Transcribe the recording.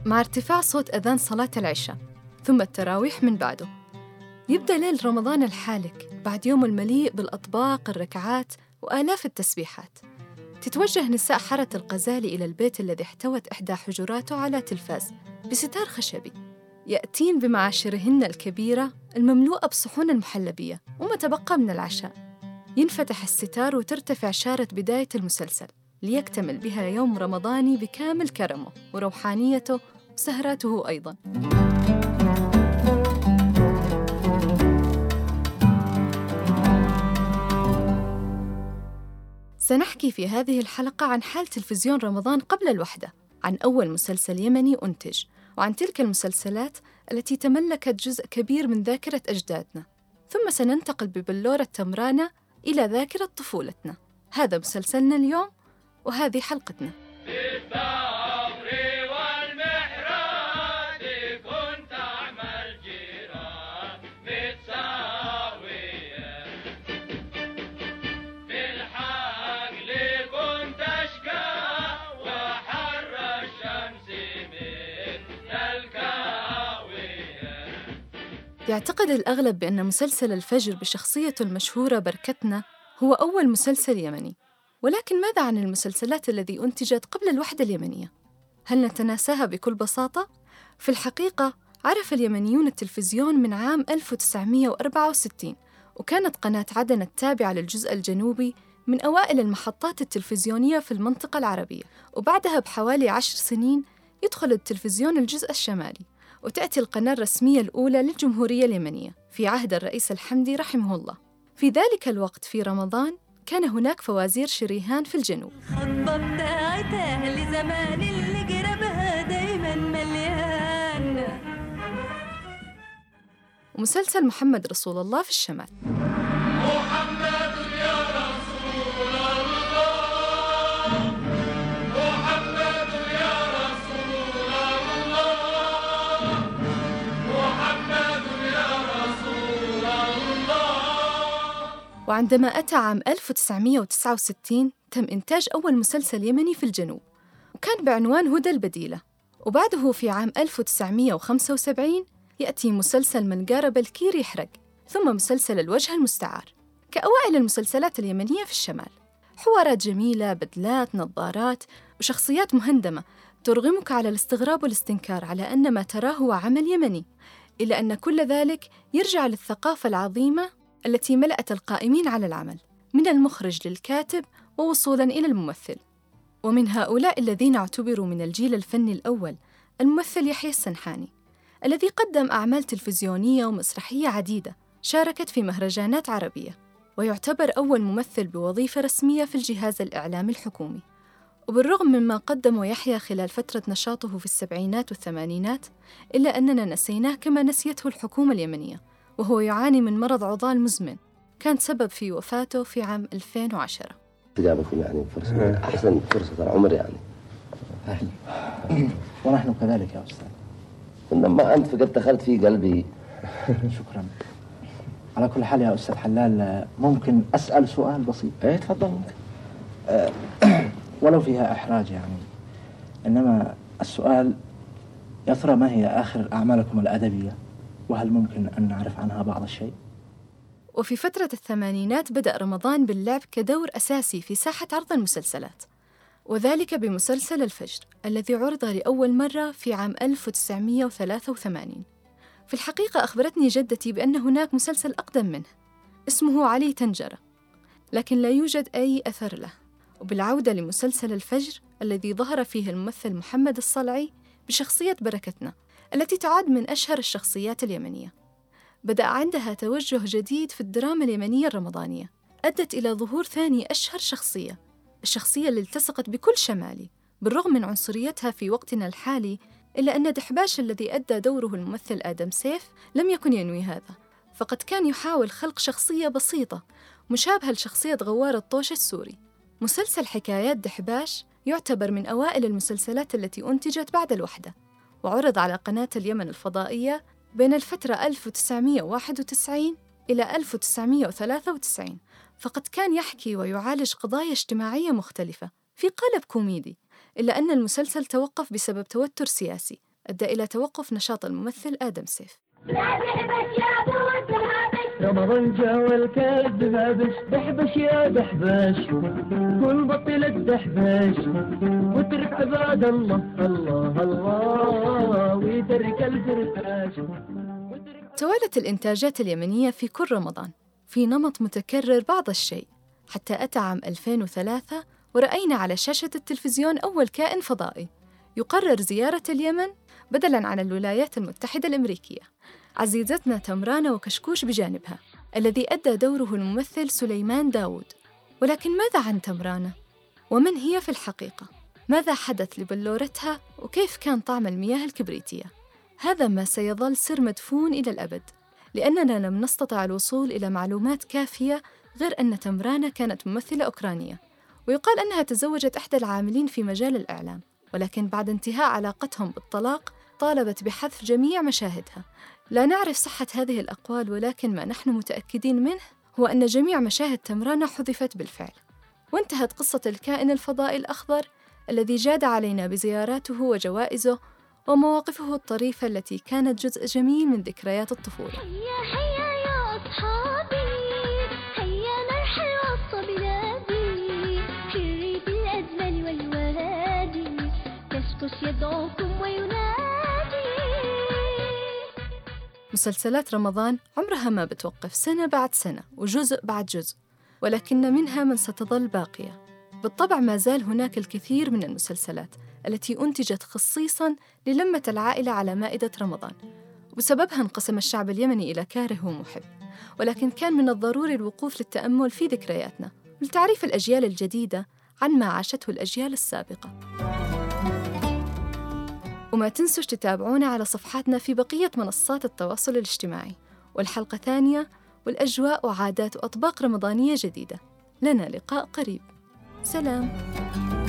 مع ارتفاع صوت أذان صلاة العشاء ثم التراويح من بعده. يبدأ ليل رمضان الحالك بعد يوم المليء بالأطباق، الركعات وآلاف التسبيحات. تتوجه نساء حارة الغزالي إلى البيت الذي احتوت إحدى حجراته على تلفاز بستار خشبي، يأتين بمعاشرهن الكبيرة المملوءة بصحون المحلبية وما تبقى من العشاء. ينفتح الستار وترتفع شارة بداية المسلسل ليكتمل بها يوم رمضاني بكامل كرمه وروحانيته وسهراته أيضاً. سنحكي في هذه الحلقة عن حال تلفزيون رمضان قبل الوحدة، عن أول مسلسل يمني أنتج، وعن تلك المسلسلات التي تملكت جزء كبير من ذاكرة أجدادنا. ثم سننتقل ببلورة تمرانة إلى ذاكرة طفولتنا. هذا مسلسلنا اليوم وهذه حلقتنا. يعتقد الأغلب بأن مسلسل الفجر بشخصيته المشهورة بركتنا هو أول مسلسل يمني، ولكن ماذا عن المسلسلات التي أنتجت قبل الوحدة اليمنية؟ هل نتناساها بكل بساطة؟ في الحقيقة عرف اليمنيون التلفزيون من عام 1964، وكانت قناة عدن التابعة للجزء الجنوبي من أوائل المحطات التلفزيونية في المنطقة العربية، وبعدها بحوالي 10 سنين يدخل التلفزيون الجزء الشمالي، وتأتي القناة الرسمية الأولى للجمهورية اليمنية في عهد الرئيس الحمدي رحمه الله. في ذلك الوقت في رمضان كان هناك فوازير شريهان في الجنوب. الخطة بتاعتها لزمان اللي قربها دايما مليان. ومسلسل محمد رسول الله في الشمال. وعندما أتى عام 1969 تم إنتاج أول مسلسل يمني في الجنوب، وكان بعنوان هدى البديلة. وبعده في عام 1975 يأتي مسلسل من قارب الكير يحرق، ثم مسلسل الوجه المستعار، كأوائل المسلسلات اليمنية في الشمال. حوارات جميلة، بدلات، نظارات، وشخصيات مهندمة ترغمك على الاستغراب والاستنكار على أن ما تراه هو عمل يمني، إلا أن كل ذلك يرجع للثقافة العظيمة التي ملأت القائمين على العمل، من المخرج للكاتب ووصولاً إلى الممثل. ومن هؤلاء الذين اعتبروا من الجيل الفني الأول الممثل يحيى السنحاني، الذي قدم أعمال تلفزيونية ومسرحية عديدة شاركت في مهرجانات عربية، ويعتبر أول ممثل بوظيفة رسمية في الجهاز الإعلامي الحكومي. وبالرغم مما قدمه يحيى خلال فترة نشاطه في السبعينات والثمانينات، إلا أننا نسيناه كما نسيته الحكومة اليمنية، وهو يعاني من مرض عضال مزمن كان سبب في وفاته في عام 2010. جابكم يعني فرصة أحسن فرصة العمر يعني. ونحن كذلك يا أستاذ. لما أنت فقدت دخلت في قلبي. شكرا. على كل حال يا أستاذ حلال، ممكن أسأل سؤال بسيط؟ إيه تفضل. ولو فيها إحراج يعني، إنما السؤال يا ترى ما هي آخر أعمالكم الأدبية؟ وهل ممكن أن نعرف عنها بعض الشيء؟ وفي فترة الثمانينات بدأ رمضان باللعب كدور أساسي في ساحة عرض المسلسلات، وذلك بمسلسل الفجر الذي عرض لأول مرة في عام 1983. في الحقيقة أخبرتني جدتي بأن هناك مسلسل أقدم منه اسمه علي تنجرة، لكن لا يوجد أي أثر له. وبالعودة لمسلسل الفجر الذي ظهر فيه الممثل محمد الصلعي بشخصية بركتنا، التي تعد من أشهر الشخصيات اليمنية، بدأ عندها توجه جديد في الدراما اليمنية الرمضانية، أدت إلى ظهور ثاني أشهر شخصية، الشخصية اللي التصقت بكل شمالي بالرغم من عنصريتها في وقتنا الحالي، إلا أن دحباش الذي أدى دوره الممثل آدم سيف لم يكن ينوي هذا، فقد كان يحاول خلق شخصية بسيطة مشابهة لشخصية غوار الطوش السوري. مسلسل حكايات دحباش يعتبر من أوائل المسلسلات التي أنتجت بعد الوحدة، وعرض على قناة اليمن الفضائية بين الفترة 1991 إلى 1993، فقد كان يحكي ويعالج قضايا اجتماعية مختلفة في قالب كوميدي، إلا أن المسلسل توقف بسبب توتر سياسي أدى إلى توقف نشاط الممثل آدم سيف. رمضان جا والكلب ذابش، دحبش يا دحبش، كن بطل الدحبش واترك عباد الله الله الله ويترك الفرفاش. توالت الإنتاجات اليمنية في كل رمضان في نمط متكرر بعض الشيء، حتى أتى عام 2003 ورأينا على شاشة التلفزيون أول كائن فضائي يقرر زيارة اليمن بدلاً عن الولايات المتحدة الأمريكية، عزيزتنا تمرانة وكشكوش بجانبها، الذي أدى دوره الممثل سليمان داود. ولكن ماذا عن تمرانة؟ ومن هي في الحقيقة؟ ماذا حدث لبلورتها؟ وكيف كان طعم المياه الكبريتية؟ هذا ما سيظل سر مدفون إلى الأبد، لأننا لم نستطع الوصول إلى معلومات كافية غير أن تمرانة كانت ممثلة أوكرانية، ويقال أنها تزوجت أحد العاملين في مجال الإعلام، ولكن بعد انتهاء علاقتهم بالطلاق طالبت بحذف جميع مشاهدها. لا نعرف صحة هذه الأقوال، ولكن ما نحن متأكدين منه هو أن جميع مشاهد تمرانة حذفت بالفعل. وانتهت قصة الكائن الفضائي الأخضر الذي جاد علينا بزياراته وجوائزه ومواقفه الطريفة التي كانت جزء جميل من ذكريات الطفولة. هيا هيا يا أصحابي، هيا نرحل وسط بلادي، في الريف الأجمل والوادي، كشكش يدعوكم وينادي. مسلسلات رمضان عمرها ما بتوقف، سنة بعد سنة وجزء بعد جزء، ولكن منها من ستظل باقية. بالطبع ما زال هناك الكثير من المسلسلات التي أنتجت خصيصاً للمة العائلة على مائدة رمضان، وبسببها انقسم الشعب اليمني إلى كاره ومحب، ولكن كان من الضروري الوقوف للتأمل في ذكرياتنا ولتعريف الأجيال الجديدة عن ما عاشته الأجيال السابقة. وما تنسوش تتابعونا على صفحاتنا في بقية منصات التواصل الاجتماعي، والحلقة ثانية والأجواء وعادات وأطباق رمضانية جديدة. لنا لقاء قريب. سلام.